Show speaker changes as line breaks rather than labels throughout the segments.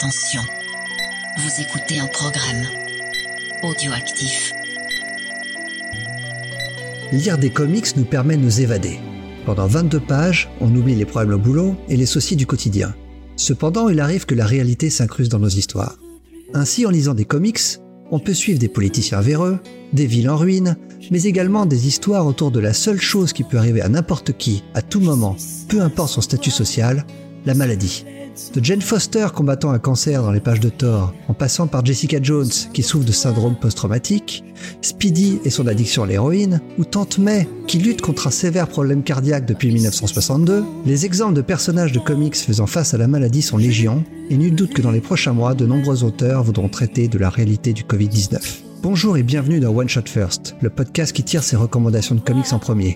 Attention, vous écoutez un programme audioactif.
Lire des comics nous permet de nous évader. Pendant 22 pages, on oublie les problèmes au boulot et les soucis du quotidien. Cependant, il arrive que la réalité s'incruste dans nos histoires. Ainsi, en lisant des comics, on peut suivre des politiciens véreux, des villes en ruine, mais également des histoires autour de la seule chose qui peut arriver à n'importe qui, à tout moment, peu importe son statut social, la maladie. De Jane Foster combattant un cancer dans les pages de Thor, en passant par Jessica Jones qui souffre de syndrome post-traumatique, Speedy et son addiction à l'héroïne, ou Tante May qui lutte contre un sévère problème cardiaque depuis 1962, les exemples de personnages de comics faisant face à la maladie sont légion, et nul doute que dans les prochains mois, de nombreux auteurs voudront traiter de la réalité du Covid-19. Bonjour et bienvenue dans One Shot First, le podcast qui tire ses recommandations de comics en premier.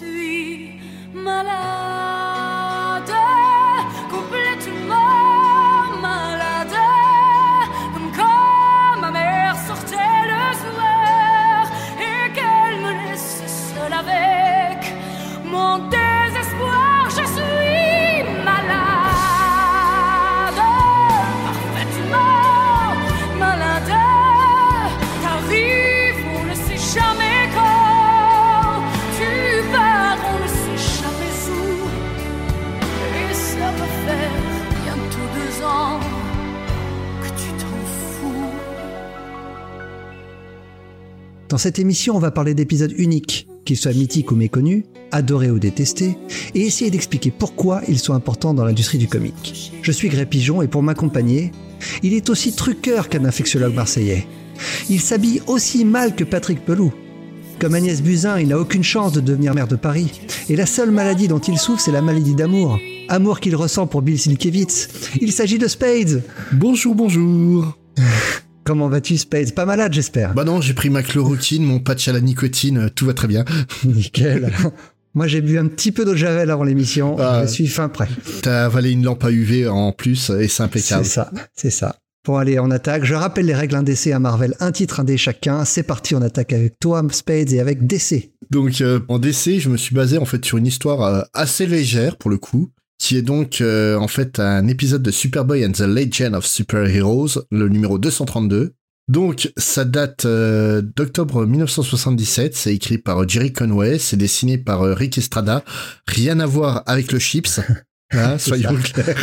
Dans cette émission, on va parler d'épisodes uniques, qu'ils soient mythiques ou méconnus, adorés ou détestés, et essayer d'expliquer pourquoi ils sont importants dans l'industrie du comic. Je suis Gré Pigeon et pour m'accompagner, il est aussi truqueur qu'un infectiologue marseillais. Il s'habille aussi mal que Patrick Pelou. Comme Agnès Buzyn, il n'a aucune chance de devenir maire de Paris, et la seule maladie dont il souffre, c'est la maladie d'amour. Amour qu'il ressent pour Bill Sienkiewicz. Il s'agit de Spades.
Bonjour.
Comment vas-tu, Spades? Pas malade, j'espère.
Bah non, j'ai pris ma chloroquine, mon patch à la nicotine, tout va très bien.
Nickel. Moi, j'ai bu un petit peu d'eau de javel avant l'émission. Je suis fin prêt.
T'as avalé une lampe à UV en plus et c'est impeccable.
C'est ça. Bon, allez, on attaque. Je rappelle les règles, un DC, un Marvel, un titre, un dé chacun. C'est parti, on attaque avec toi, Spades, et avec DC.
Donc, en DC, je me suis basé en fait sur une histoire assez légère pour le coup, qui est donc en fait un épisode de Superboy and the Legend of Super Heroes, le numéro 232. Donc ça date d'octobre 1977, c'est écrit par Jerry Conway, c'est dessiné par Rick Estrada, rien à voir avec le Chips, hein, soyons clairs.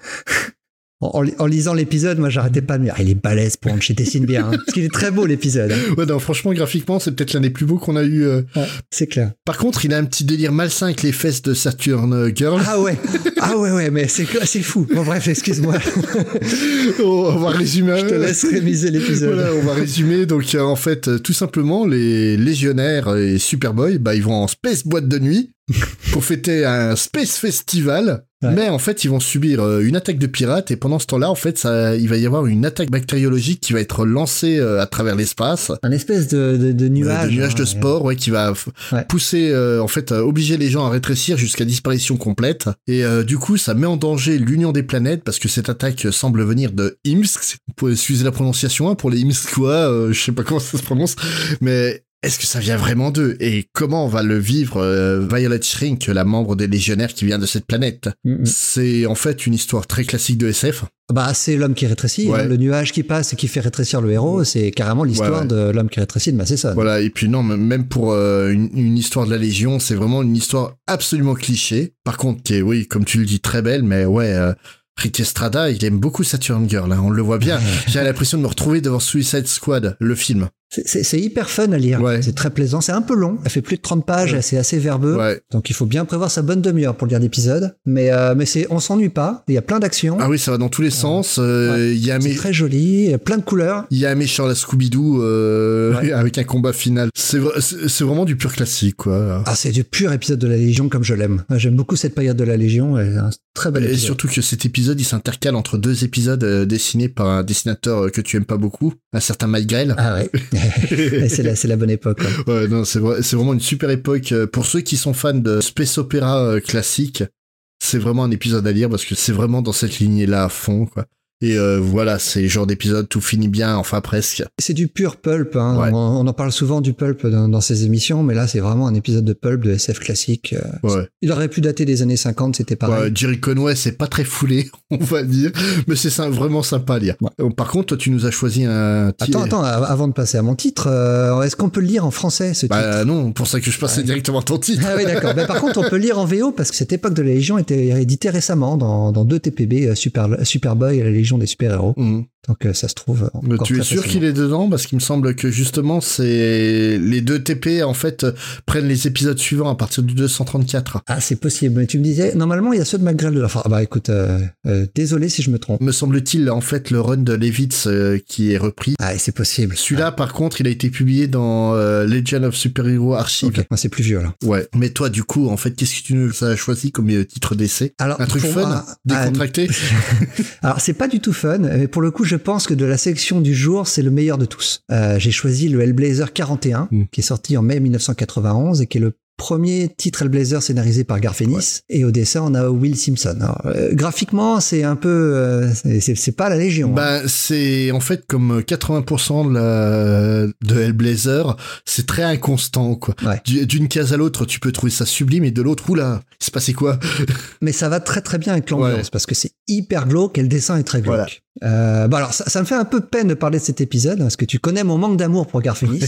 En lisant l'épisode, moi j'arrêtais pas de me dire il est balèze pour il dessine bien, hein, parce qu'il est très beau l'épisode. Hein.
Ouais, non, franchement graphiquement c'est peut-être l'un des plus beaux qu'on a eu.
Ouais, c'est clair.
Par contre, il a un petit délire malsain avec les fesses de Saturn Girl.
Ah ouais, mais c'est fou. Bon bref, excuse-moi.
On va résumer.
Je te laisse réviser l'épisode.
Voilà, on va résumer. Donc en fait, tout simplement, les légionnaires et Superboy, bah ils vont en space boîte de nuit pour fêter un space festival. Ouais. Mais en fait, ils vont subir une attaque de pirates et pendant ce temps-là, en fait, il va y avoir une attaque bactériologique qui va être lancée à travers l'espace.
Un espèce de nuage.
De nuage de spore, ouais, qui va pousser, en fait, obliger les gens à rétrécir jusqu'à disparition complète. Et du coup, ça met en danger l'union des planètes parce que cette attaque semble venir de Imsk. Vous pouvez excusez la prononciation pour les Imskois, je sais pas comment ça se prononce, mais est-ce que ça vient vraiment d'eux? Et comment va le vivre Violet Shrink, la membre des Légionnaires qui vient de cette planète? C'est en fait une histoire très classique de SF.
Bah, c'est l'homme qui rétrécit, ouais. Hein, le nuage qui passe et qui fait rétrécir le héros, c'est carrément l'histoire de l'homme qui rétrécit de Matheson.
Voilà, et puis non, même pour une histoire de la Légion, c'est vraiment une histoire absolument cliché. Par contre, qui est, oui, comme tu le dis, très belle, mais ouais... Rick Estrada, il aime beaucoup Saturn Girl, hein, on le voit bien. J'ai l'impression de me retrouver devant Suicide Squad, le film.
C'est hyper fun à lire, c'est très plaisant, c'est un peu long, elle fait plus de 30 pages, c'est assez verbeux, donc il faut bien prévoir sa bonne demi-heure pour lire l'épisode, mais on s'ennuie pas, il y a plein d'actions.
Ah oui, ça va dans tous les sens, il y a
c'est très joli, il y a plein de couleurs.
Il y a un méchant la Scooby-Doo avec un combat final, c'est vraiment du pur classique, quoi.
Ah, c'est du pur épisode de la Légion comme je l'aime, j'aime beaucoup cette période de la Légion, un très bel épisode.
Et surtout que cet épisode, il s'intercale entre deux épisodes dessinés par un dessinateur que tu aimes pas beaucoup, un certain Mike Grell.
Ah ouais. c'est la bonne époque.
Ouais, non, c'est vraiment une super époque. Pour ceux qui sont fans de space opéra classique, c'est vraiment un épisode à lire parce que c'est vraiment dans cette lignée-là à fond, quoi. Et voilà, c'est le genre d'épisode tout finit bien, enfin presque.
C'est du pur pulp, hein.
Ouais.
On en parle souvent du pulp dans ces émissions, mais là c'est vraiment un épisode de pulp, de SF classique.
Ouais.
Il aurait pu dater des années 50, c'était pareil.
Jerry Conway, c'est pas très foulé, on va dire, mais c'est vraiment sympa à lire. Ouais. Par contre, toi, tu nous as choisi un titre.
Attends, avant de passer à mon titre, est-ce qu'on peut le lire en français, ce titre?
Non, pour ça que je passais directement à ton titre.
Ah oui, d'accord. Par contre, on peut le lire en VO parce que cette époque de la Légion était éditée récemment dans 2 TPB, Superboy et la Légion des super-héros. Donc ça se trouve encore
tu es sûr qu'il est dedans? Parce qu'il me semble que justement c'est les 2 TP en fait prennent les épisodes suivants à partir du 234.
Ah, c'est possible, mais tu me disais normalement il y a ceux de McGrail de la fin. Ah bah écoute, désolé si je me trompe.
Me semble-t-il en fait le run de Levitz qui est repris.
Ah, et c'est possible.
Celui-là par contre il a été publié dans Legend of Super Hero Archive.
Ok, c'est plus vieux là.
Ouais, mais toi du coup en fait qu'est-ce que tu nous as choisi comme titre d'essai? Alors un truc fun, décontracté.
Alors c'est pas du tout fun, mais pour le coup je pense que de la sélection du jour, c'est le meilleur de tous. J'ai choisi le Hellblazer 41, qui est sorti en mai 1991 et qui est le premier titre Hellblazer scénarisé par Garth Ennis. Ouais. Et au dessin, on a Will Simpson. Alors, graphiquement, c'est un peu... c'est pas la Légion.
C'est en fait comme 80% de Hellblazer, c'est très inconstant, quoi. Ouais. D'une case à l'autre, tu peux trouver ça sublime, et de l'autre, oula, il se passait quoi?
Mais ça va très très bien avec l'ambiance, parce que c'est hyper glauque et le dessin est très glauque. Voilà. Alors ça me fait un peu peine de parler de cet épisode parce que tu connais mon manque d'amour pour Garth Ennis.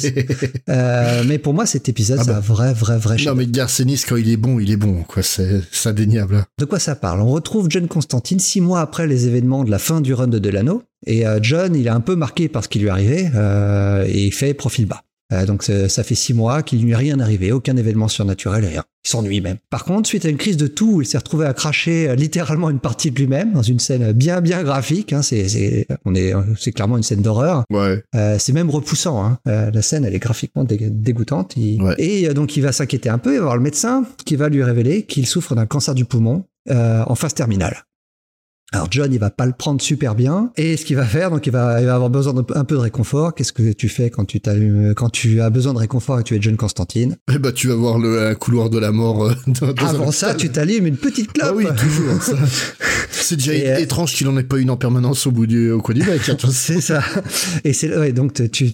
Mais pour moi cet épisode c'est un vrai
non mais Garth Ennis quand il est bon quoi, c'est indéniable.
De quoi ça parle? On retrouve John Constantine 6 mois après les événements de la fin du run de Delano et John il est un peu marqué par ce qui lui est arrivé et il fait profil bas. Donc ça fait 6 mois qu'il ne lui est rien arrivé, aucun événement surnaturel et rien. Il s'ennuie même. Par contre, suite à une crise de toux, où il s'est retrouvé à cracher littéralement une partie de lui-même dans une scène bien graphique. Hein, c'est clairement une scène d'horreur.
Ouais.
C'est même repoussant. Hein. La scène, elle est graphiquement dégoûtante. Et donc il va s'inquiéter un peu. Il va voir le médecin qui va lui révéler qu'il souffre d'un cancer du poumon en phase terminale. Alors John, il va pas le prendre super bien, et ce qu'il va faire, donc il va avoir besoin d'un peu de réconfort. Qu'est-ce que tu fais quand tu as besoin de réconfort et que tu es John Constantine?
Eh ben, tu vas voir un couloir de la mort.
Avant ça, tu t'allumes une petite clope.
Ah oui, toujours. Ça. C'est déjà étrange qu'il en ait pas une en permanence au coin du bec.
C'est ça. Et donc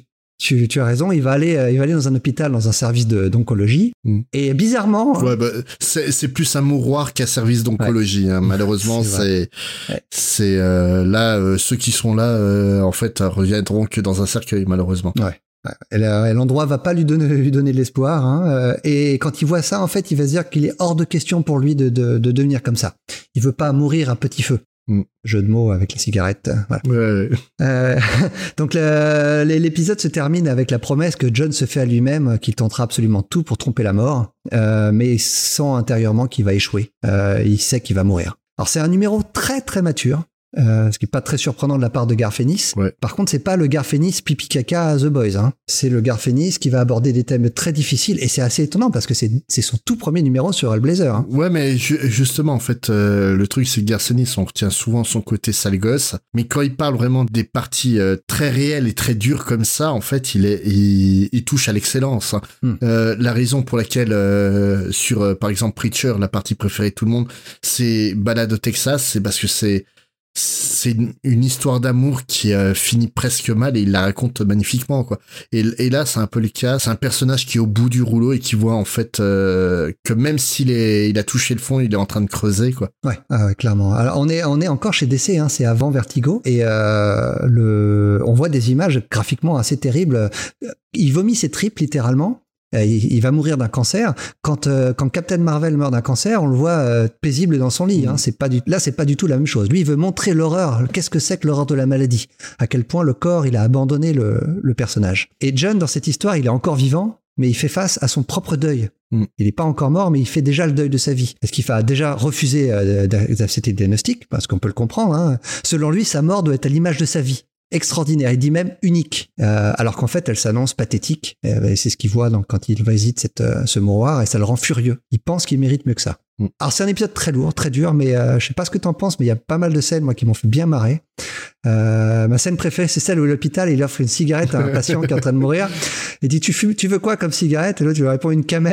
tu as raison, il va aller dans un hôpital, dans un service d'oncologie. Et bizarrement...
Ouais, c'est plus un mouroir qu'un service d'oncologie. Hein. Malheureusement, c'est là, ceux qui sont là, en fait, reviendront que dans un cercueil, malheureusement.
Ouais. Et l'endroit va pas lui donner de l'espoir. Hein. Et quand il voit ça, en fait, il va se dire qu'il est hors de question pour lui de devenir comme ça. Il veut pas mourir à petit feu. Jeu de mots avec la cigarette. Voilà. Ouais. Donc l'épisode se termine avec la promesse que John se fait à lui-même qu'il tentera absolument tout pour tromper la mort, mais il sent intérieurement qu'il va échouer. Il sait qu'il va mourir. Alors c'est un numéro très très mature. Ce qui est pas très surprenant de la part de Garth Ennis. Ouais. Par contre, c'est pas le Garth Ennis pipi caca à The Boys. Hein. C'est le Garth Ennis qui va aborder des thèmes très difficiles et c'est assez étonnant parce que c'est son tout premier numéro sur Hellblazer. Hein.
Ouais, mais justement, en fait, le truc, c'est que Garth Ennis, on retient souvent son côté sale gosse, mais quand il parle vraiment des parties très réelles et très dures comme ça, en fait, il touche à l'excellence. Hein. La raison pour laquelle sur, par exemple, Preacher, la partie préférée de tout le monde, c'est Balade au Texas, c'est parce que c'est une histoire d'amour qui finit presque mal et il la raconte magnifiquement, quoi. Et là, c'est un peu le cas. C'est un personnage qui est au bout du rouleau et qui voit, en fait, que même il a touché le fond, il est en train de creuser, quoi.
Ouais, clairement. Alors, on est encore chez DC, hein, c'est avant Vertigo. Et, on voit des images graphiquement assez terribles. Il vomit ses tripes, littéralement. Il va mourir d'un cancer. Quand Captain Marvel meurt d'un cancer, on le voit paisible dans son lit. Hein. C'est pas du tout la même chose. Lui, il veut montrer l'horreur. Qu'est-ce que c'est que l'horreur de la maladie? À quel point le corps, il a abandonné le personnage. Et John, dans cette histoire, il est encore vivant, mais il fait face à son propre deuil. Il n'est pas encore mort, mais il fait déjà le deuil de sa vie. Parce qu'il a déjà refusé d'accepter le diagnostic, parce qu'on peut le comprendre. Hein. Selon lui, sa mort doit être à l'image de sa vie. Extraordinaire, il dit même unique, alors qu'en fait elle s'annonce pathétique, c'est ce qu'il voit quand il visite ce mouroir et ça le rend furieux. Il pense qu'il mérite mieux que ça. Alors c'est un épisode très lourd, très dur, mais je sais pas ce que t'en penses, mais il y a pas mal de scènes moi qui m'ont fait bien marrer. Ma scène préférée, c'est celle où l'hôpital il offre une cigarette à un patient qui est en train de mourir et dit tu veux quoi comme cigarette? Et l'autre il lui répond une Camel.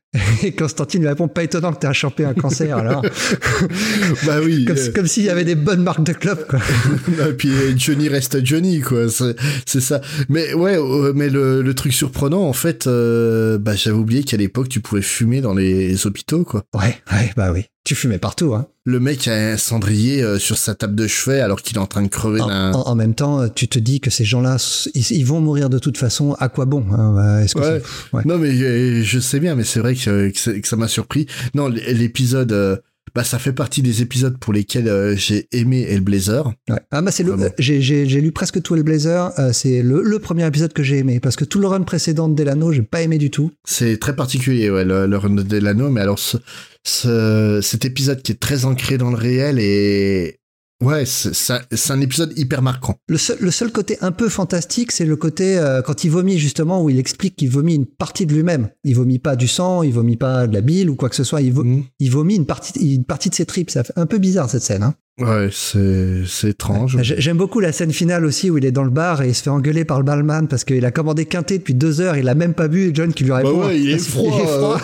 Et Constantine lui répond, pas étonnant que t'aies chopé un cancer, alors.
Bah oui.
Comme s'il y avait des bonnes marques de clopes, quoi.
Et puis Johnny reste Johnny, quoi. C'est ça. Mais ouais, mais le truc surprenant, en fait, j'avais oublié qu'à l'époque, tu pouvais fumer dans les hôpitaux, quoi.
Ouais, bah oui. Tu fumais partout, hein.
Le mec a un cendrier sur sa table de chevet alors qu'il est en train de crever d'un...
En même temps, tu te dis que ces gens-là, ils vont mourir de toute façon. À quoi bon, hein? Est-ce que
ouais. Non, mais je sais bien, mais c'est vrai que ça m'a surpris. Non, l'épisode... ça fait partie des épisodes pour lesquels j'ai aimé Hellblazer.
Ouais. Ah c'est j'ai lu presque tout Hellblazer. C'est le premier épisode que j'ai aimé parce que tout le run précédent de Delano, j'ai pas aimé du tout.
C'est très particulier, ouais, le run de Delano, mais alors cet épisode qui est très ancré dans le réel et ouais, c'est un épisode hyper marquant.
Le seul côté un peu fantastique, c'est le côté quand il vomit justement, où il explique qu'il vomit une partie de lui-même. Il vomit pas du sang, il vomit pas de la bile ou quoi que ce soit. Il vomit une partie de ses tripes. Ça fait un peu bizarre cette scène, hein.
Ouais, c'est étrange.
Ouais. J'aime beaucoup la scène finale aussi où il est dans le bar et il se fait engueuler par le barman parce qu'il a commandé quinté depuis 2 heures, il a même pas bu, et John qui lui répond.
Bah ouais, il est froid.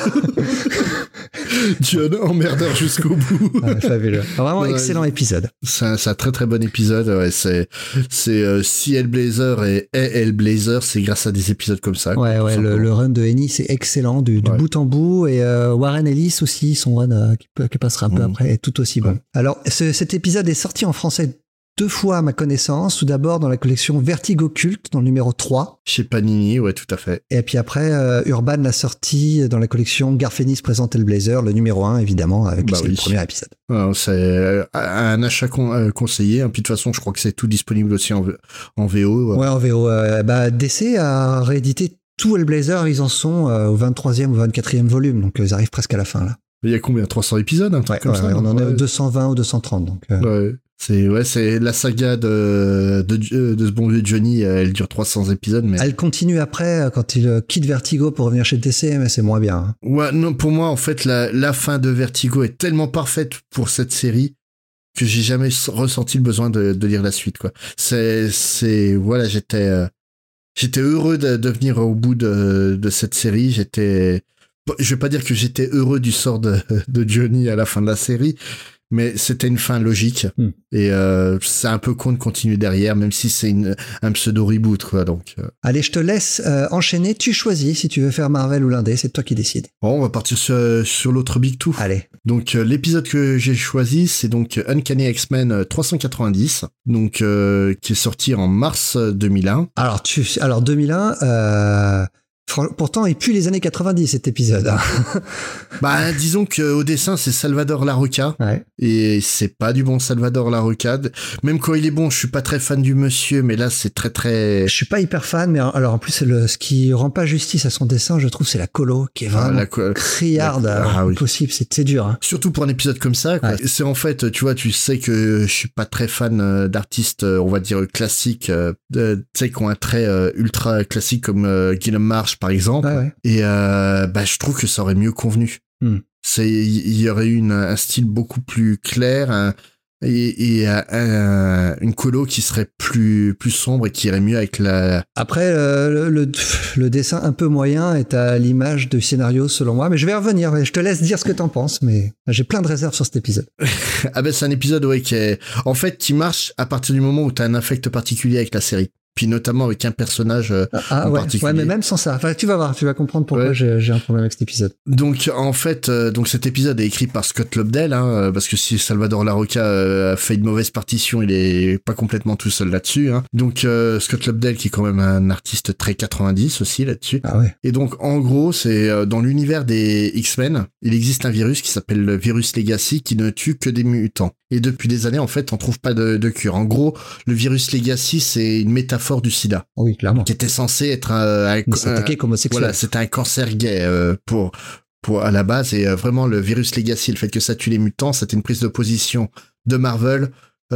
John emmerdeur jusqu'au bout.
Ouais, fabuleux. Vraiment excellent épisode.
C'est un très très bon épisode. Ouais, c'est si Hellblazer est Hellblazer, c'est grâce à des épisodes comme ça.
Ouais, le run de Henny, c'est excellent du bout en bout, et Warren Ellis aussi, son run qui passera un peu après, est tout aussi bon. Alors cet épisode est sorti en français 2 fois à ma connaissance. Tout d'abord dans la collection Vertigo Cult, dans le numéro 3.
Chez Panini, ouais, tout à fait.
Et puis après, Urban l'a sorti dans la collection Garfénis présente Hellblazer, le numéro 1, évidemment, avec le premier épisode.
C'est un achat conseillé. Puis de toute façon, je crois que c'est tout disponible aussi en VO.
Ouais, en VO. DC a réédité tout Hellblazer. Ils en sont au 23e ou 24e volume, donc ils arrivent presque à la fin, là.
Il y a combien? 300 épisodes, un truc comme ça?
On en est 220 ou 230, donc...
Ouais. C'est la saga de ce bon vieux Johnny, elle dure 300 épisodes, mais...
Elle continue après, quand il quitte Vertigo pour revenir chez DC, mais c'est moins bien. Hein.
Ouais, non, pour moi, en fait, la fin de Vertigo est tellement parfaite pour cette série que j'ai jamais ressenti le besoin de lire la suite, quoi. Voilà, j'étais heureux de venir au bout de cette série, je vais pas dire que j'étais heureux du sort de Johnny à la fin de la série, mais c'était une fin logique. Et c'est un peu con de continuer derrière, même si c'est un pseudo reboot, quoi. Donc
allez, je te laisse enchaîner. Tu choisis si tu veux faire Marvel ou l'indé, c'est toi qui décides.
Bon, on va partir sur l'autre Big Two.
Allez.
Donc l'épisode que j'ai choisi, c'est donc Uncanny X-Men 390, donc qui est sorti en mars 2001.
Alors 2001. Pourtant, il pue les années 90, cet épisode. Hein.
Disons qu'au dessin, c'est Salvador Larroca. Ouais. Et c'est pas du bon Salvador Larroca. Même quand il est bon, je suis pas très fan du monsieur, mais là, c'est très, très...
Je suis pas hyper fan, mais alors, en plus, ce qui rend pas justice à son dessin, je trouve, c'est la colo, qui est vraiment criarde, possible. C'est dur, hein.
Surtout pour un épisode comme ça, quoi. Ouais. C'est en fait, tu vois, tu sais que je suis pas très fan d'artistes, on va dire, classiques, tu sais, qui ont un trait ultra classique comme Guillaume Marsh, par exemple. Ouais. Et je trouve que ça aurait mieux convenu. Il y aurait eu un style beaucoup plus clair et une colo qui serait plus sombre et qui irait mieux avec la...
Après, le dessin un peu moyen est à l'image du scénario, selon moi, mais je vais revenir. Je te laisse dire ce que t'en penses, mais j'ai plein de réserves sur cet épisode.
C'est un épisode qui marche à partir du moment où t'as un affect particulier avec la série. Puis notamment avec un personnage en particulier. Ouais,
mais même sans ça. Enfin, tu vas voir, tu vas comprendre pourquoi j'ai un problème avec cet épisode.
Donc, en fait, cet épisode est écrit par Scott Lobdell, hein, parce que si Salvador Larroca a fait une mauvaise partition, il est pas complètement tout seul là-dessus. Hein. Donc, Scott Lobdell, qui est quand même un artiste très 90 aussi là-dessus.
Ah ouais.
Et donc, en gros, c'est dans l'univers des X-Men, il existe un virus qui s'appelle le virus Legacy qui ne tue que des mutants. Et depuis des années, en fait, on trouve pas de cure. En gros, le virus Legacy, c'est une métaphore du sida.
Oui, clairement.
Qui était censé être
s'attaquer comme homosexuel.
Voilà, c'était un cancer gay pour à la base. Et vraiment, le virus Legacy, le fait que ça tue les mutants, c'était une prise de position de Marvel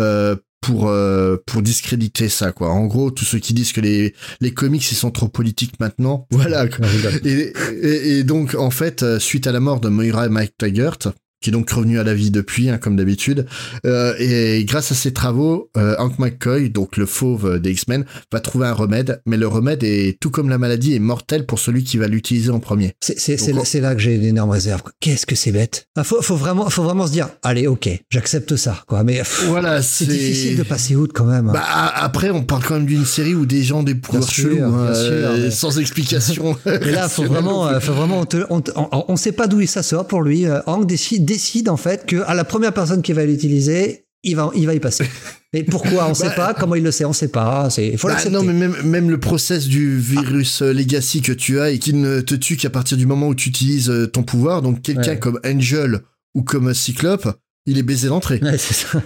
pour discréditer ça, quoi. En gros, tous ceux qui disent que les comics ils sont trop politiques maintenant, voilà. Et donc, en fait, suite à la mort de Moira McTaggart, qui est donc revenu à la vie depuis, comme d'habitude. Et grâce à ses travaux, Hank McCoy, donc le fauve des X-Men, va trouver un remède, mais le remède est, tout comme la maladie, est mortel pour celui qui va l'utiliser en premier.
C'est là que j'ai une énorme réserve. Qu'est-ce que c'est bête. Faut vraiment se dire, allez, ok, j'accepte ça, quoi. Mais
voilà,
c'est difficile de passer outre quand même.
Bah, après, on parle quand même d'une série où des gens des pouvoirs chelous, mais... sans explication.
Et là, faut vraiment, on sait pas d'où ça sort pour lui. Hank décide en fait que à la première personne qui va l'utiliser, il va y passer. Et pourquoi on sait pas, comment il le sait, on sait pas. Faut l'accepter.
Non, mais même le process du virus Legacy que tu as et qui ne te tue qu'à partir du moment où tu utilises ton pouvoir. Donc quelqu'un comme Angel ou comme Cyclope, il est baisé d'entrée.
Ouais, c'est ça.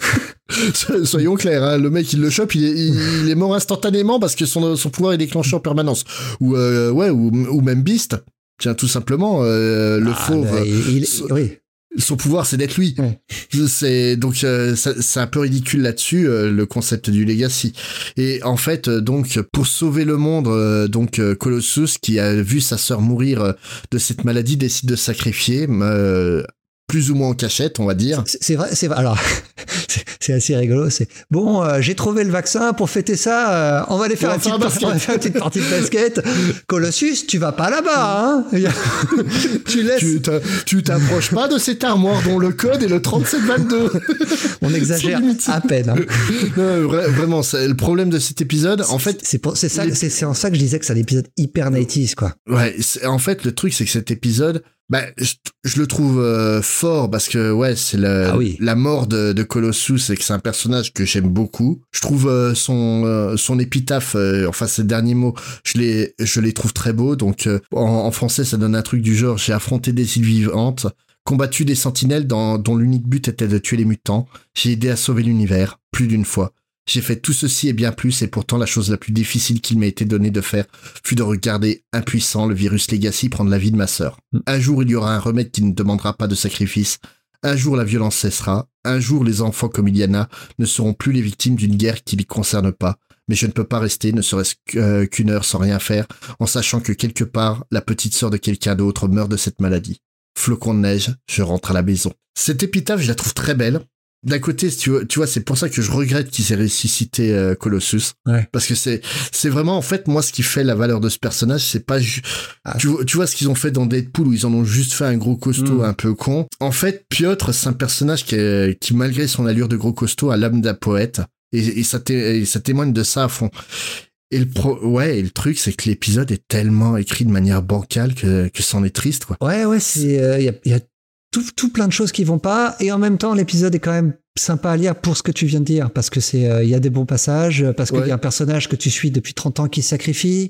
Soyons clairs, le mec il le chope, il est mort instantanément parce que son pouvoir est déclenché en permanence. Ou même Beast. Tiens, tout simplement, le fauve.
Oui.
Son pouvoir, c'est d'être lui. Ouais. C'est un peu ridicule là-dessus, le concept du Legacy. Et en fait, donc, pour sauver le monde, Colossus, qui a vu sa sœur mourir de cette maladie, décide de sacrifier, plus ou moins en cachette, on va dire.
C'est vrai. Alors, c'est assez rigolo. J'ai trouvé le vaccin pour fêter ça. On va aller faire une petite partie de basket. Colossus, tu vas pas là-bas, hein. Tu laisses.
Tu t'approches pas de cette armoire dont le code est le 3722.
On exagère à peine. Hein.
Non, vraiment, c'est le problème de cet épisode. En fait,
c'est en ça que je disais que c'est un épisode hyper 90s, quoi.
Ouais. En fait, le truc, c'est que cet épisode. Je le trouve fort parce que c'est la mort de Colossus et que c'est un personnage que j'aime beaucoup. Je trouve son épitaphe, ses derniers mots, je les trouve très beaux. Donc en français, ça donne un truc du genre: j'ai affronté des îles vivantes, combattu des sentinelles dont l'unique but était de tuer les mutants. J'ai aidé à sauver l'univers plus d'une fois. J'ai fait tout ceci et bien plus, et pourtant la chose la plus difficile qu'il m'ait été donné de faire fut de regarder impuissant le virus Legacy prendre la vie de ma sœur. Un jour, il y aura un remède qui ne demandera pas de sacrifice. Un jour, la violence cessera. Un jour, les enfants comme Illyana ne seront plus les victimes d'une guerre qui ne les concerne pas. Mais je ne peux pas rester, ne serait-ce qu'une heure sans rien faire, en sachant que quelque part, la petite sœur de quelqu'un d'autre meurt de cette maladie. Flocon de neige, je rentre à la maison. Cette épitaphe, je la trouve très belle. D'un côté, tu vois, c'est pour ça que je regrette qu'ils aient ressuscité Colossus. Ouais. Parce que c'est vraiment, en fait, moi, ce qui fait la valeur de ce personnage, c'est pas... Tu vois ce qu'ils ont fait dans Deadpool, où ils en ont juste fait un gros costaud un peu con. En fait, Piotr, c'est un personnage qui, malgré son allure de gros costaud, a l'âme d'un poète. Et ça témoigne de ça à fond. Et le truc, c'est que l'épisode est tellement écrit de manière bancale que c'en est triste, quoi.
Ouais, il y a tout plein de choses qui vont pas, et en même temps l'épisode est quand même sympa à lire pour ce que tu viens de dire, parce que il y a des bons passages, parce qu'il y a un personnage que tu suis depuis 30 ans qui se sacrifie,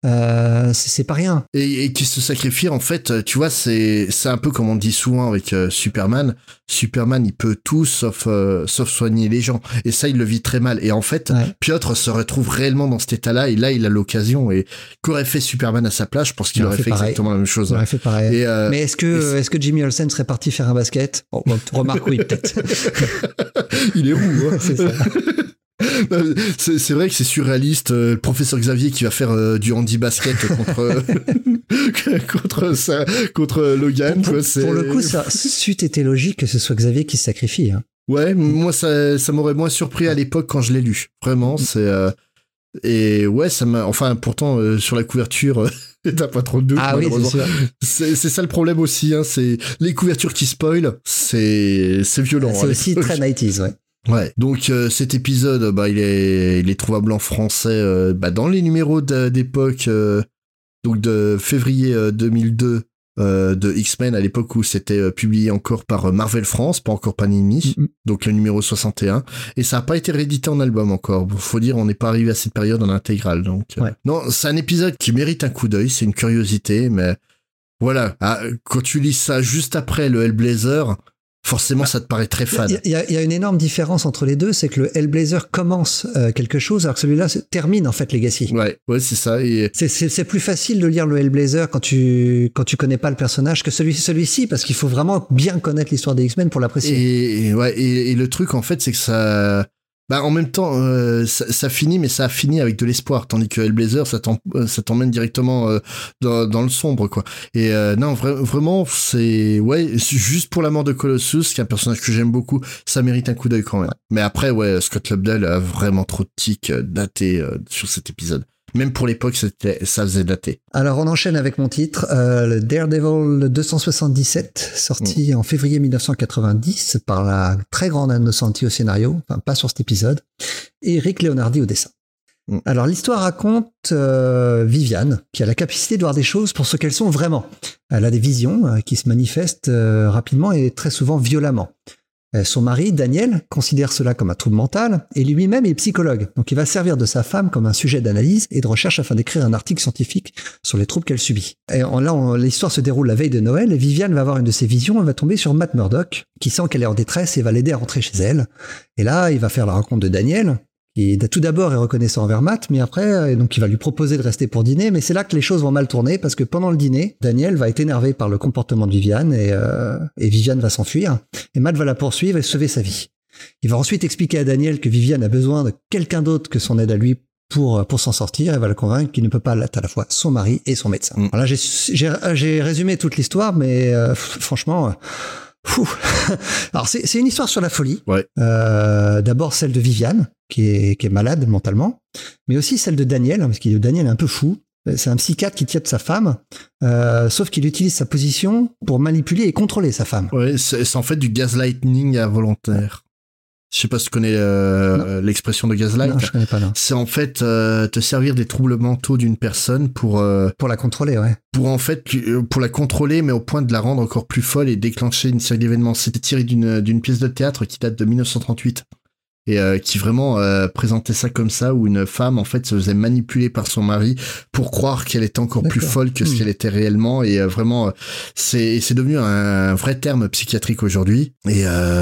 c'est pas rien.
Et qui se sacrifie, en fait, tu vois, c'est un peu comme on dit souvent avec Superman. Superman, il peut tout sauf soigner les gens. Et ça, il le vit très mal. Et en fait, Piotr se retrouve réellement dans cet état-là, et là, il a l'occasion. Et qu'aurait fait Superman à sa place? Je pense qu'il aurait fait exactement la même chose.
Il aurait fait pareil. Mais est-ce que Jimmy Olsen serait parti faire un basket? Remarque, oui, peut-être.
Il est roux, hein. C'est ça. C'est vrai que c'est surréaliste, le professeur Xavier qui va faire du handi-basket contre Logan.
Pour le coup, ça c'eût été logique que ce soit Xavier qui se sacrifie. Hein.
Ouais, moi ça m'aurait moins surpris à l'époque quand je l'ai lu. Vraiment, c'est et ouais, ça m'a. Enfin, pourtant sur la couverture. T'as pas trop de doute.
Ah oui,
c'est ça le problème aussi. Hein, c'est les couvertures qui spoilent, c'est violent.
C'est aussi très 90s, ouais.
Ouais. Donc cet épisode, il est trouvable en français dans les numéros d'époque, donc de février 2002 de X-Men, à l'époque où c'était publié encore par Marvel France, pas encore Panini, donc le numéro 61, et ça a pas été réédité en album encore. Faut dire, on n'est pas arrivé à cette période en intégrale, donc non, c'est un épisode qui mérite un coup d'œil, c'est une curiosité, mais voilà, quand tu lis ça juste après le Hellblazer, forcément, ça te paraît très fade.
Il y a une énorme différence entre les deux, c'est que le Hellblazer commence quelque chose, alors que celui-là termine en fait Legacy.
Ouais, c'est ça. Et...
C'est plus facile de lire le Hellblazer quand tu connais pas le personnage que celui-ci, parce qu'il faut vraiment bien connaître l'histoire des X-Men pour l'apprécier.
Et le truc en fait, c'est que ça Bah en même temps, ça finit, mais ça a fini avec de l'espoir, tandis que Hellblazer, ça t'emmène directement dans le sombre, quoi. Et non, vraiment, c'est juste pour la mort de Colossus, qui est un personnage que j'aime beaucoup, ça mérite un coup d'œil quand même. Mais après, Scott Lobdell a vraiment trop de tics datés sur cet épisode. Même pour l'époque, ça faisait dater.
Alors, on enchaîne avec mon titre, le Daredevil 277, sorti en février 1990 par la très grande Ann Nocenti au scénario, enfin pas sur cet épisode, et Rick Leonardi au dessin. Alors, l'histoire raconte Viviane, qui a la capacité de voir des choses pour ce qu'elles sont vraiment. Elle a des visions qui se manifestent rapidement et très souvent violemment. Son mari, Daniel, considère cela comme un trouble mental et lui-même est psychologue. Donc il va servir de sa femme comme un sujet d'analyse et de recherche afin d'écrire un article scientifique sur les troubles qu'elle subit. Et l'histoire se déroule la veille de Noël et Viviane va avoir une de ses visions, elle va tomber sur Matt Murdock qui sent qu'elle est en détresse et va l'aider à rentrer chez elle. Et là, il va faire la rencontre de Daniel qui tout d'abord est reconnaissant envers Matt, mais après, donc il va lui proposer de rester pour dîner, mais c'est là que les choses vont mal tourner, parce que pendant le dîner, Daniel va être énervé par le comportement de Viviane, et Viviane va s'enfuir, et Matt va la poursuivre et sauver sa vie. Il va ensuite expliquer à Daniel que Viviane a besoin de quelqu'un d'autre que son aide à lui pour s'en sortir, et va le convaincre qu'il ne peut pas être à la fois son mari et son médecin. Alors là, j'ai résumé toute l'histoire, mais franchement... Alors c'est une histoire sur la folie. D'abord celle de Viviane qui est malade mentalement, mais aussi celle de Daniel, parce que Daniel est un peu fou. C'est un psychiatre qui tient de sa femme, sauf qu'il utilise sa position pour manipuler et contrôler sa femme.
Ouais, c'est en fait du gaslighting involontaire. Je sais pas si tu connais l'expression de gaslight.
Non, je connais pas, non.
C'est en fait te servir des troubles mentaux d'une personne pour
la contrôler, ouais.
Pour la contrôler, mais au point de la rendre encore plus folle et déclencher une série d'événements. C'était tiré d'une pièce de théâtre qui date de 1938. Et qui vraiment présentait ça comme ça, où une femme en fait se faisait manipuler par son mari pour croire qu'elle était encore plus folle que ce qu'elle était réellement, et vraiment c'est devenu un vrai terme psychiatrique aujourd'hui, et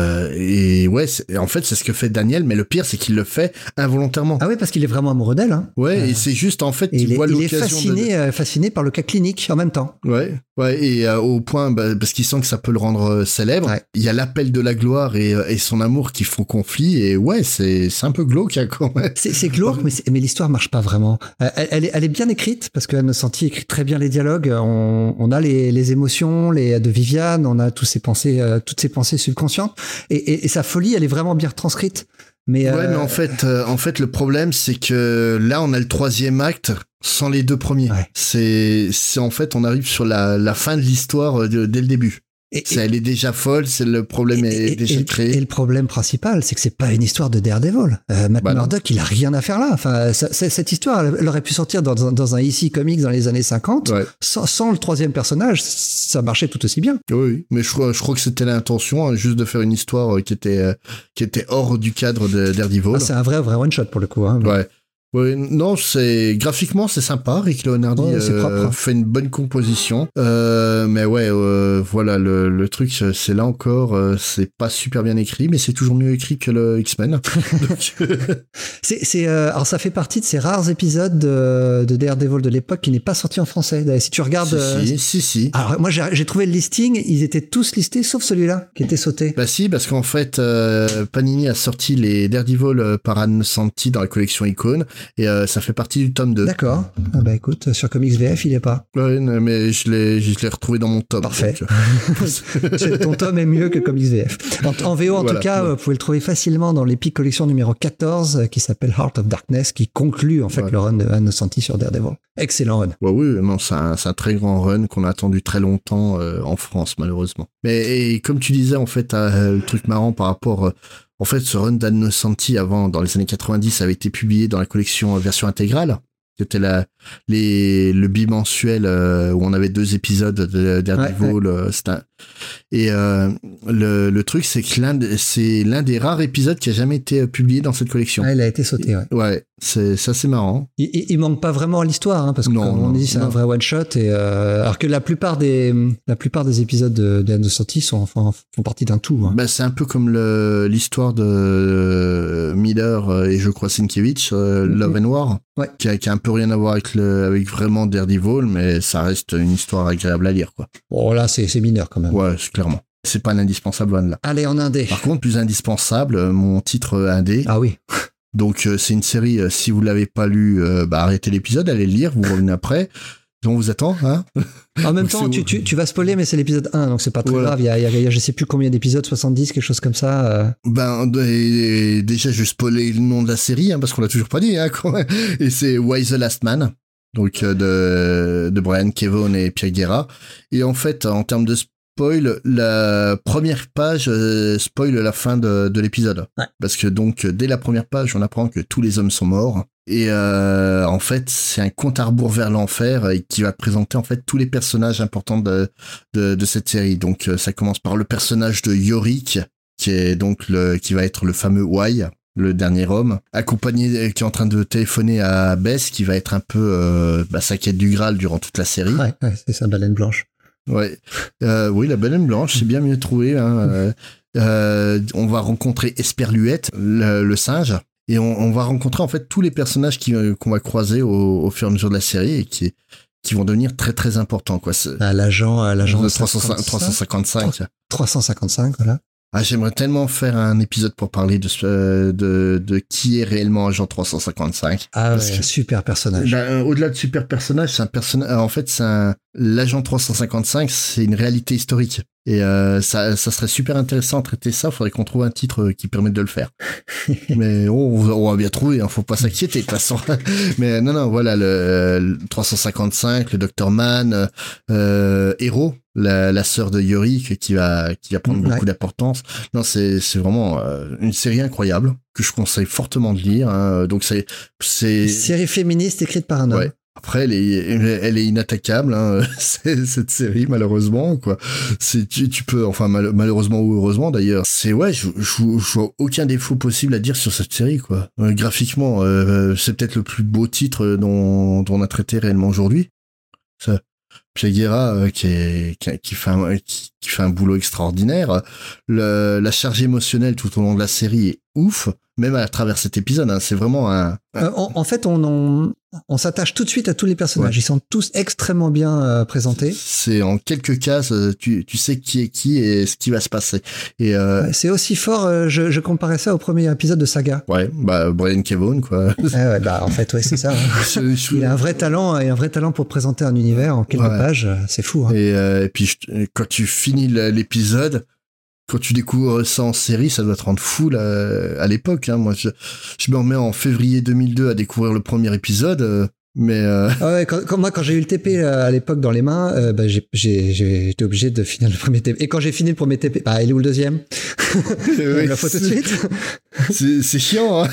ouais, en fait c'est ce que fait Daniel, mais le pire c'est qu'il le fait involontairement.
Ah oui, parce qu'il est vraiment amoureux d'elle, hein.
Ouais, et c'est juste en fait il voit l'occasion.
Il est fasciné par le cas clinique en même temps.
Ouais, et au point parce qu'il sent que ça peut le rendre célèbre. Ouais. Il y a l'appel de la gloire et son amour qui font conflit, et ouais, c'est un peu glauque quand même. C'est
glauque, mais l'histoire marche pas vraiment. Elle est bien écrite, parce qu'Ann Nocenti écrit très bien les dialogues. On a les émotions de Viviane, on a toutes ses pensées subconscientes, et sa folie, elle est vraiment bien retranscrite. Mais
mais en fait, le problème, c'est que là, on a le troisième acte sans les deux premiers. Ouais. C'est en fait, on arrive sur la fin de l'histoire dès le début. Elle est déjà folle, le problème est déjà créé.
Et le problème principal, c'est que c'est pas une histoire de Daredevil. Matt Murdock, il a rien à faire là. Enfin, cette histoire, elle aurait pu sortir dans un EC Comics dans les années 50. Ouais. Sans le troisième personnage, ça marchait tout aussi bien.
Oui, mais je crois que c'était l'intention, hein, juste de faire une histoire qui était hors du cadre de Daredevil.
Ah, c'est un vrai one-shot pour le coup. Hein,
ouais. Oui, non, graphiquement c'est sympa. Rick Leonardi fait une bonne composition, mais ouais, voilà, le truc, c'est là encore, c'est pas super bien écrit, mais c'est toujours mieux écrit que le X-Men.
Alors ça fait partie de ces rares épisodes de Daredevil de l'époque qui n'est pas sorti en français. Si tu regardes,
si.
Alors moi j'ai trouvé le listing, ils étaient tous listés sauf celui-là qui était sauté.
Bah si, parce qu'en fait Panini a sorti les Daredevil par Ann Nocenti dans la collection Icône. Et ça fait partie du tome 2.
D'accord. Ah bah écoute, sur Comics VF, il est pas.
Ouais, mais je l'ai retrouvé dans mon tome.
Parfait. Ton tome est mieux que Comics VF. En VO, en tout cas, vous pouvez le trouver facilement dans l'Epic Collection numéro 14, qui s'appelle Heart of Darkness, qui conclut en fait le run de Ann Nocenti sur Daredevil. Excellent run.
Ouais, oui, non, c'est un très grand run qu'on a attendu très longtemps en France, malheureusement. Et comme tu disais, en fait, le truc marrant par rapport... En fait, ce run d'Ann Nocenti avant, dans les années 90, avait été publié dans la collection version intégrale, qui était le bimensuel où on avait 2 épisodes de Daredevil. Et le truc, c'est que c'est l'un des rares épisodes qui a jamais été publié dans cette collection.
Ah, il a été sauté, ouais.
Ouais, c'est assez marrant.
Il manque pas vraiment à l'histoire, hein, parce que comme on dit, c'est un vrai one shot. Et alors que la plupart des épisodes d'Ann Nocenti font partie d'un tout. Hein.
Bah, c'est un peu comme l'histoire de Miller et je crois Sienkiewicz, Love and War, qui a un peu rien à voir avec vraiment Daredevil, mais ça reste une histoire agréable à lire, quoi.
Bon, là, c'est mineur quand même.
Ouais, c'est clairement. C'est pas un indispensable one là.
Allez, en indé.
Par contre, plus indispensable, mon titre indé.
Ah oui.
Donc c'est une série, si vous l'avez pas lu, arrêtez l'épisode, allez le lire, vous revenez après. On vous attend, hein.
En même temps, tu vas spoiler, mais c'est l'épisode 1, donc c'est pas très grave. Il y a je sais plus combien d'épisodes, 70, quelque chose comme ça.
Et déjà, je vais spoiler le nom de la série, hein, parce qu'on l'a toujours pas dit, hein, et c'est Why the Last Man, donc de Brian Kevough et Pierre Guerra. Et en fait, en termes de spoil, la première page spoil la fin de l'épisode. Ouais. Parce que donc, dès la première page, on apprend que tous les hommes sont morts. Et en fait, c'est un compte à rebours vers l'enfer et qui va présenter en fait tous les personnages importants de cette série. Donc ça commence par le personnage de Yorick, qui est donc qui va être le fameux Y, le dernier homme, accompagné, qui est en train de téléphoner à Bess, qui va être un peu sa quête du Graal durant toute la série.
Ouais, c'est sa baleine blanche.
Ouais, oui, la baleine blanche, c'est bien mieux trouvé. Hein. On va rencontrer Esperluette, le singe. Et on va rencontrer en fait tous les personnages qu'on va croiser au fur et à mesure de la série et qui vont devenir très très importants, quoi.
L'agent
355.
355, voilà.
Ah, j'aimerais tellement faire un épisode pour parler de qui est réellement Agent 355.
Ah ouais, super personnage.
Au-delà de super personnage, c'est un personnage. En fait, l'Agent 355, c'est une réalité historique. Et ça serait super intéressant de traiter ça. Faudrait qu'on trouve un titre qui permette de le faire. Mais on va bien trouver. Hein, faut pas s'inquiéter de toute façon. Mais non, voilà le 355, le Dr Man, Hero, la sœur de Yorick qui va prendre beaucoup d'importance. Non, c'est vraiment une série incroyable que je conseille fortement de lire. Hein. Donc c'est
une série féministe écrite par un homme.
Ouais. Après, elle est inattaquable, hein, cette série, malheureusement, quoi. Tu peux, enfin, malheureusement ou heureusement, d'ailleurs. Je vois aucun défaut possible à dire sur cette série, quoi. Graphiquement, c'est peut-être le plus beau titre dont on a traité réellement aujourd'hui. Ça. Pierre Guerra, qui fait un boulot extraordinaire. La charge émotionnelle tout au long de la série est ouf, même à travers cet épisode, hein, c'est vraiment
en fait, on s'attache tout de suite à tous les personnages. Ouais. Ils sont tous extrêmement bien présentés.
C'est en quelques cases, tu sais qui est qui et ce qui va se passer. Et
c'est aussi fort. Je comparais ça au premier épisode de Saga.
Ouais, Brian Kevough, quoi.
En fait, c'est ça. Hein. Il a un vrai talent pour présenter un univers en quelques pages. C'est fou. Hein.
Et puis quand tu finis l'épisode. Quand tu découvres ça en série, ça doit te rendre fou là, à l'époque. Hein. Moi, je me remets en février 2002 à découvrir le premier épisode, mais
quand j'ai eu le TP à l'époque dans les mains, j'ai été obligé de finir le premier TP. Et quand j'ai fini le premier TP, il est où le deuxième? Il la faut tout de suite.
C'est chiant. Hein.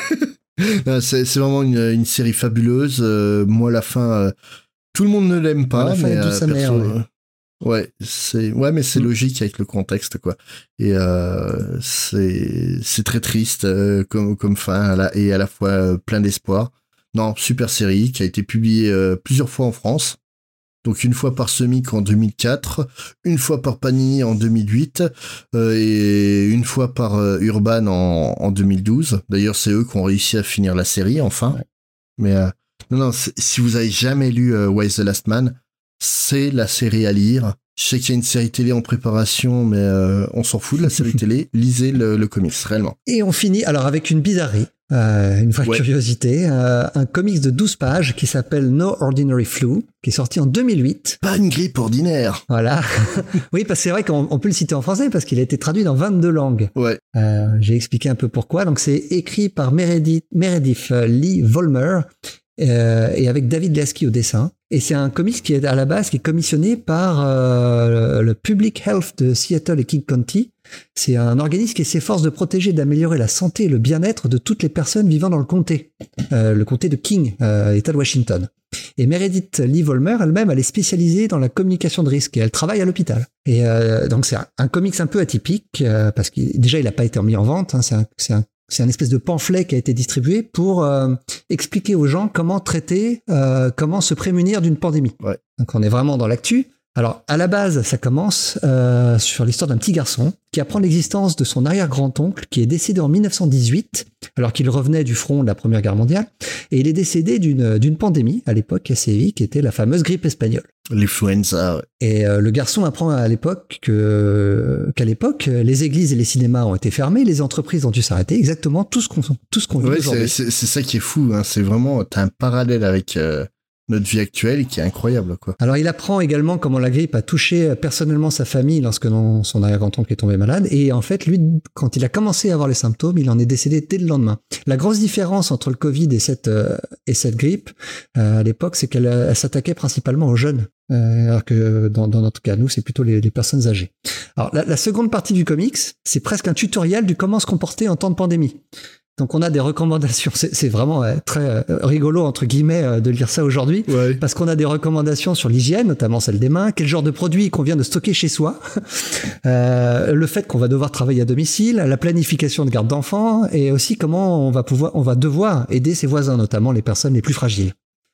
Non, c'est vraiment une série fabuleuse. Moi, la fin, tout le monde ne l'aime pas.
La fin est douce amère.
Ouais, mais c'est logique avec le contexte, quoi. Et c'est très triste comme fin et à la fois plein d'espoir. Non, super série qui a été publiée plusieurs fois en France. Donc une fois par Semic en 2004, une fois par Panini en 2008 et une fois par Urban en 2012. D'ailleurs, c'est eux qui ont réussi à finir la série enfin. Ouais. Mais non, si vous avez jamais lu Why the Last Man, c'est la série à lire. Je sais qu'il y a une série télé en préparation, mais on s'en fout de la série télé. Lisez le comics, réellement.
Et on finit alors avec une bizarrerie, une vraie curiosité, un comics de 12 pages qui s'appelle No Ordinary Flu, qui est sorti en 2008.
Pas une grippe ordinaire.
Voilà. Oui, parce que c'est vrai qu'on peut le citer en français parce qu'il a été traduit dans 22 langues.
Ouais.
J'ai expliqué un peu pourquoi. Donc c'est écrit par Meredith Lee Vollmer. Et avec David Lasky au dessin. Et c'est un comics qui est à la base qui est commissionné par le Public Health de Seattle et King County. C'est un organisme qui s'efforce de protéger et d'améliorer la santé et le bien-être de toutes les personnes vivant dans le comté de King, État de Washington. Et Meredith Lee Vollmer elle-même, elle est spécialisée dans la communication de risque et elle travaille à l'hôpital. Et donc c'est un comics un peu atypique parce que déjà il n'a pas été mis en vente. Hein, c'est un espèce de pamphlet qui a été distribué pour expliquer aux gens comment traiter, comment se prémunir d'une pandémie.
Ouais.
Donc on est vraiment dans l'actu. Alors, à la base, ça commence sur l'histoire d'un petit garçon qui apprend l'existence de son arrière-grand-oncle qui est décédé en 1918, alors qu'il revenait du front de la Première Guerre mondiale, et il est décédé d'une pandémie, à l'époque, assez sévi, qui était la fameuse grippe espagnole.
L'influenza, ouais.
Et le garçon apprend qu'à l'époque, les églises et les cinémas ont été fermés, les entreprises ont dû s'arrêter, exactement tout ce qu'on vit aujourd'hui.
C'est ça qui est fou, hein. C'est vraiment, t'as un parallèle avec notre vie actuelle qui est incroyable, quoi.
Alors il apprend également comment la grippe a touché personnellement sa famille lorsque son arrière-grand-oncle est tombé malade, et en fait lui, quand il a commencé à avoir les symptômes, il en est décédé dès le lendemain. La grosse différence entre le Covid et cette grippe à l'époque, c'est qu'elle s'attaquait principalement aux jeunes, alors que dans notre cas, nous, c'est plutôt les personnes âgées. Alors la seconde partie du comics, c'est presque un tutoriel du comment se comporter en temps de pandémie. Donc on a des recommandations, c'est vraiment très rigolo entre guillemets de lire ça aujourd'hui,
ouais.
Parce qu'on a des recommandations sur l'hygiène, notamment celle des mains, quel genre de produit il convient de stocker chez soi, le fait qu'on va devoir travailler à domicile, la planification de garde d'enfants, et aussi comment on va devoir aider ses voisins, notamment les personnes les plus fragiles.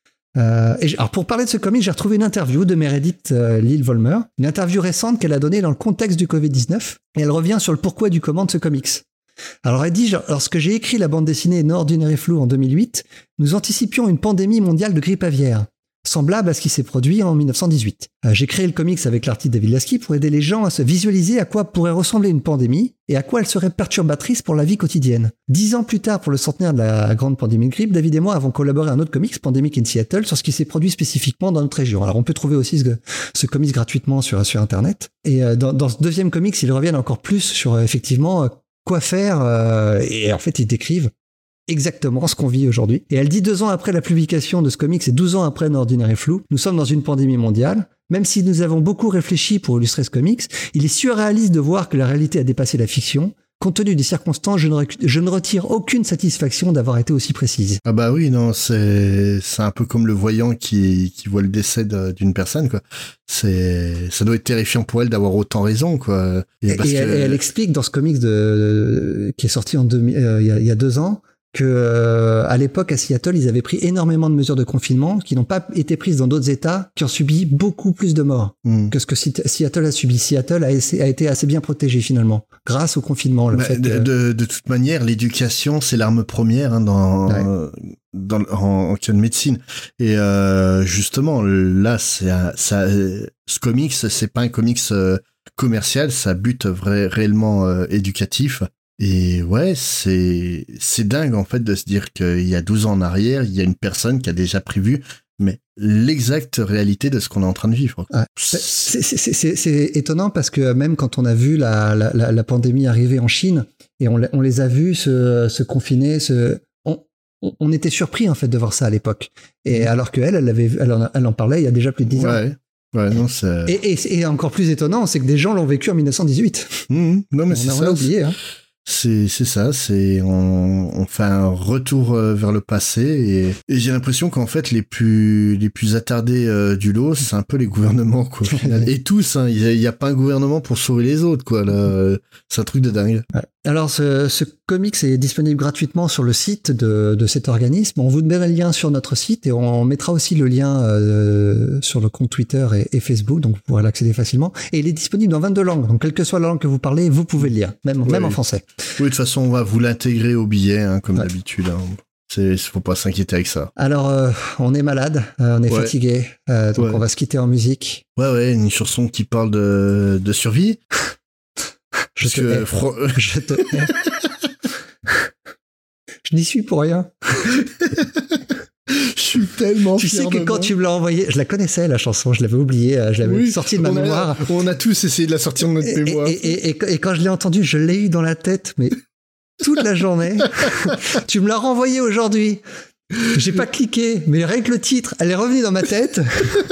Alors pour parler de ce comic, j'ai retrouvé une interview de Meredith Lil-Volmer, une interview récente qu'elle a donnée dans le contexte du Covid-19, et elle revient sur le pourquoi du comment de ce comics. Alors elle dit, lorsque j'ai écrit la bande dessinée Nord ordinaire et flou en 2008, nous anticipions une pandémie mondiale de grippe aviaire, semblable à ce qui s'est produit en 1918. J'ai créé le comics avec l'artiste David Lasky pour aider les gens à se visualiser à quoi pourrait ressembler une pandémie et à quoi elle serait perturbatrice pour la vie quotidienne. 10 ans plus tard, pour le centenaire de la grande pandémie de grippe, David et moi avons collaboré à un autre comics, Pandemic in Seattle, sur ce qui s'est produit spécifiquement dans notre région. Alors on peut trouver aussi ce comics gratuitement sur Internet. Et dans ce deuxième comics, ils reviennent encore plus sur effectivement quoi faire, et en fait ils décrivent exactement ce qu'on vit aujourd'hui. Et elle dit 2 ans après la publication de ce comics et 12 ans après Nord ordinaire et flou, nous sommes dans une pandémie mondiale. Même si nous avons beaucoup réfléchi pour illustrer ce comics, il est surréaliste de voir que la réalité a dépassé la fiction. Compte tenu des circonstances, je ne retire aucune satisfaction d'avoir été aussi précise.
Ah bah oui, non, c'est un peu comme le voyant qui voit le décès d'une personne, quoi. Ça doit être terrifiant pour elle d'avoir autant raison, quoi.
Et elle explique dans ce comics qui est sorti il y a 2 ans, que à l'époque à Seattle, ils avaient pris énormément de mesures de confinement qui n'ont pas été prises dans d'autres États qui ont subi beaucoup plus de morts que ce que Seattle a subi. Seattle a été assez bien protégé finalement grâce au confinement.
De toute manière, l'éducation c'est l'arme première en cas de médecine. Et justement là, ce comics, c'est pas un comics commercial, ça bute réellement éducatif. Et ouais, c'est dingue en fait de se dire qu'il y a 12 ans en arrière, il y a une personne qui a déjà prévu l'exacte réalité de ce qu'on est en train de vivre.
Ouais. C'est étonnant parce que même quand on a vu la pandémie arriver en Chine et on les a vus se confiner, on était surpris en fait de voir ça à l'époque. Et alors qu'elle elle en parlait il y a déjà plus de 10 ans.
Ouais, non,
et encore plus étonnant, c'est que des gens l'ont vécu en 1918.
Non, mais c'est ça.
On l'a oublié, hein.
C'est ça, on fait un retour vers le passé et j'ai l'impression qu'en fait les plus attardés du lot, c'est un peu les gouvernements, quoi, au final. Et tous, hein, il y a pas un gouvernement pour sauver les autres, quoi, là. C'est un truc de dingue.
Ouais. Alors ce comics est disponible gratuitement sur le site de cet organisme. On vous met un lien sur notre site et on mettra aussi le lien sur le compte Twitter et Facebook, donc vous pourrez l'accéder facilement. Et il est disponible dans 22 langues, donc quelle que soit la langue que vous parlez, vous pouvez le lire, même en français.
Oui, de toute façon, on va vous l'intégrer au billet, hein, comme d'habitude. Hein. Faut pas s'inquiéter avec ça.
Alors, on est malade, on est fatigué, donc on va se quitter en musique.
Ouais, une chanson qui parle de survie.
Je te hais. Je n'y suis pour rien.
Je suis tellement fier.
Tu sais que quand tu me l'as envoyé, je la connaissais la chanson, je l'avais oubliée, je l'avais sortie de ma mémoire.
On a tous essayé de la sortir de notre mémoire.
Et quand je l'ai entendue, je l'ai eu dans la tête, mais toute la journée. Tu me l'as renvoyée aujourd'hui. J'ai pas cliqué, mais rien que le titre, elle est revenue dans ma tête.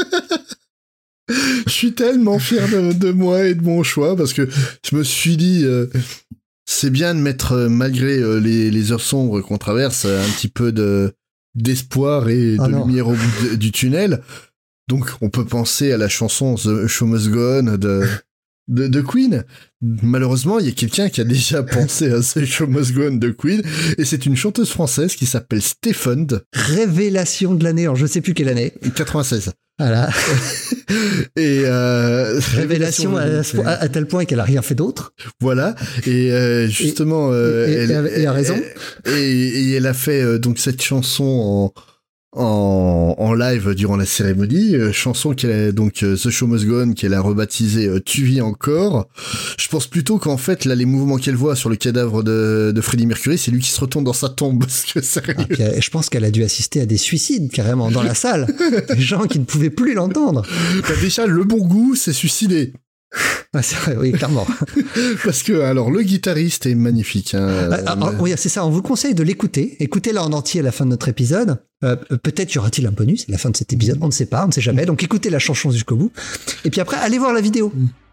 Je suis tellement fier de moi et de mon choix parce que je me suis dit c'est bien de mettre malgré les heures sombres qu'on traverse un petit peu d'espoir et de lumière au bout du tunnel. Donc on peut penser à la chanson The Show Must Go On de Queen. Malheureusement, il y a quelqu'un qui a déjà pensé à The Show Must Go On de Queen et c'est une chanteuse française qui s'appelle Stéphane.
Révélation de l'année, alors je sais plus quelle année.
96.
Voilà.
Et
révélation à tel point qu'elle a rien fait d'autre.
Voilà. Et justement,
elle a raison.
Et elle a fait donc cette chanson en live durant la cérémonie, chanson qu'elle a donc The Show Must Go On, qu'elle a rebaptisée Tu vis encore. Je pense plutôt qu'en fait là les mouvements qu'elle voit sur le cadavre de Freddie Mercury, c'est lui qui se retourne dans sa tombe, parce que sérieux.
Je pense qu'elle a dû assister à des suicides carrément dans la salle, des gens qui ne pouvaient plus l'entendre.
Bah, déjà le bon goût, c'est suicidé.
Ah, c'est vrai, oui, clairement.
Parce que, alors, le guitariste est magnifique.
Oui, c'est ça, on vous conseille de l'écouter. Écoutez-la en entier à la fin de notre épisode. Peut-être y aura-t-il un bonus à la fin de cet épisode, on ne sait pas, on ne sait jamais. Donc écoutez la chanson jusqu'au bout. Et puis après, allez voir la vidéo.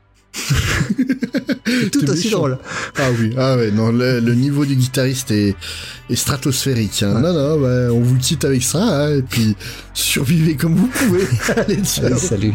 C'est tout aussi drôle.
Ah oui, non, le niveau du guitariste est stratosphérique. Hein. Ouais. Non, on vous quitte avec ça, hein, et puis survivez comme vous pouvez. Allez, ciao.
Allez, salut.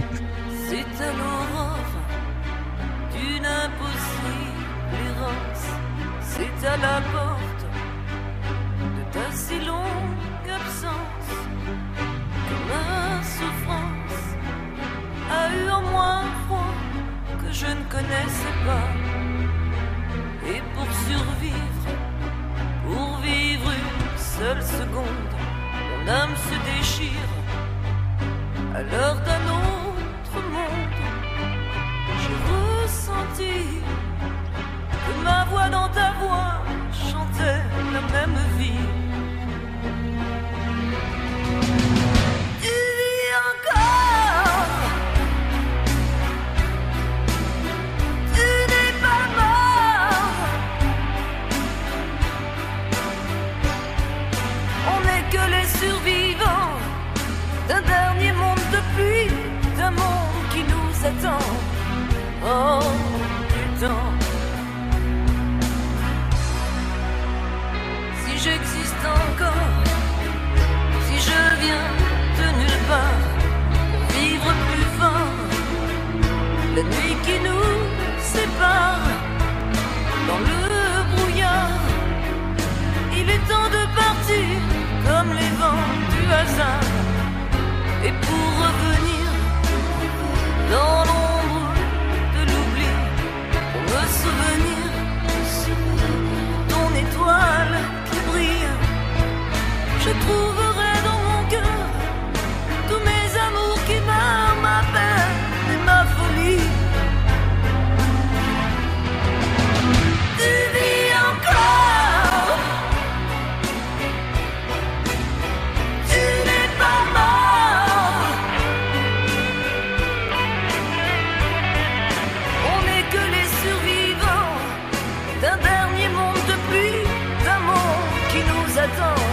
À la porte de ta si longue absence, que ma souffrance a eu en moi un froid que je ne connaissais pas. Et pour survivre, pour vivre une seule seconde, mon âme se déchire à l'heure d'un autre monde. J'ai ressenti que ma voix dans ta voix chantait la même vie. Tu vis encore, tu n'es pas mort. On n'est que les survivants d'un dernier monde de pluie, d'un monde qui nous attend. Oh putain. J'existe encore, si je viens de nulle part, pour vivre plus fort, la nuit qui nous sépare, dans le brouillard, il est temps de partir, comme les vents du hasard, et pour revenir dans l'ombre de l'oubli, pour me souvenir, ton étoile, je trouverai dans mon cœur tous mes amours qui meurent, ma peine et ma folie. Tu vis encore, tu n'es pas mort. On n'est que les survivants d'un dernier monde de pluie, d'un monde qui nous attend.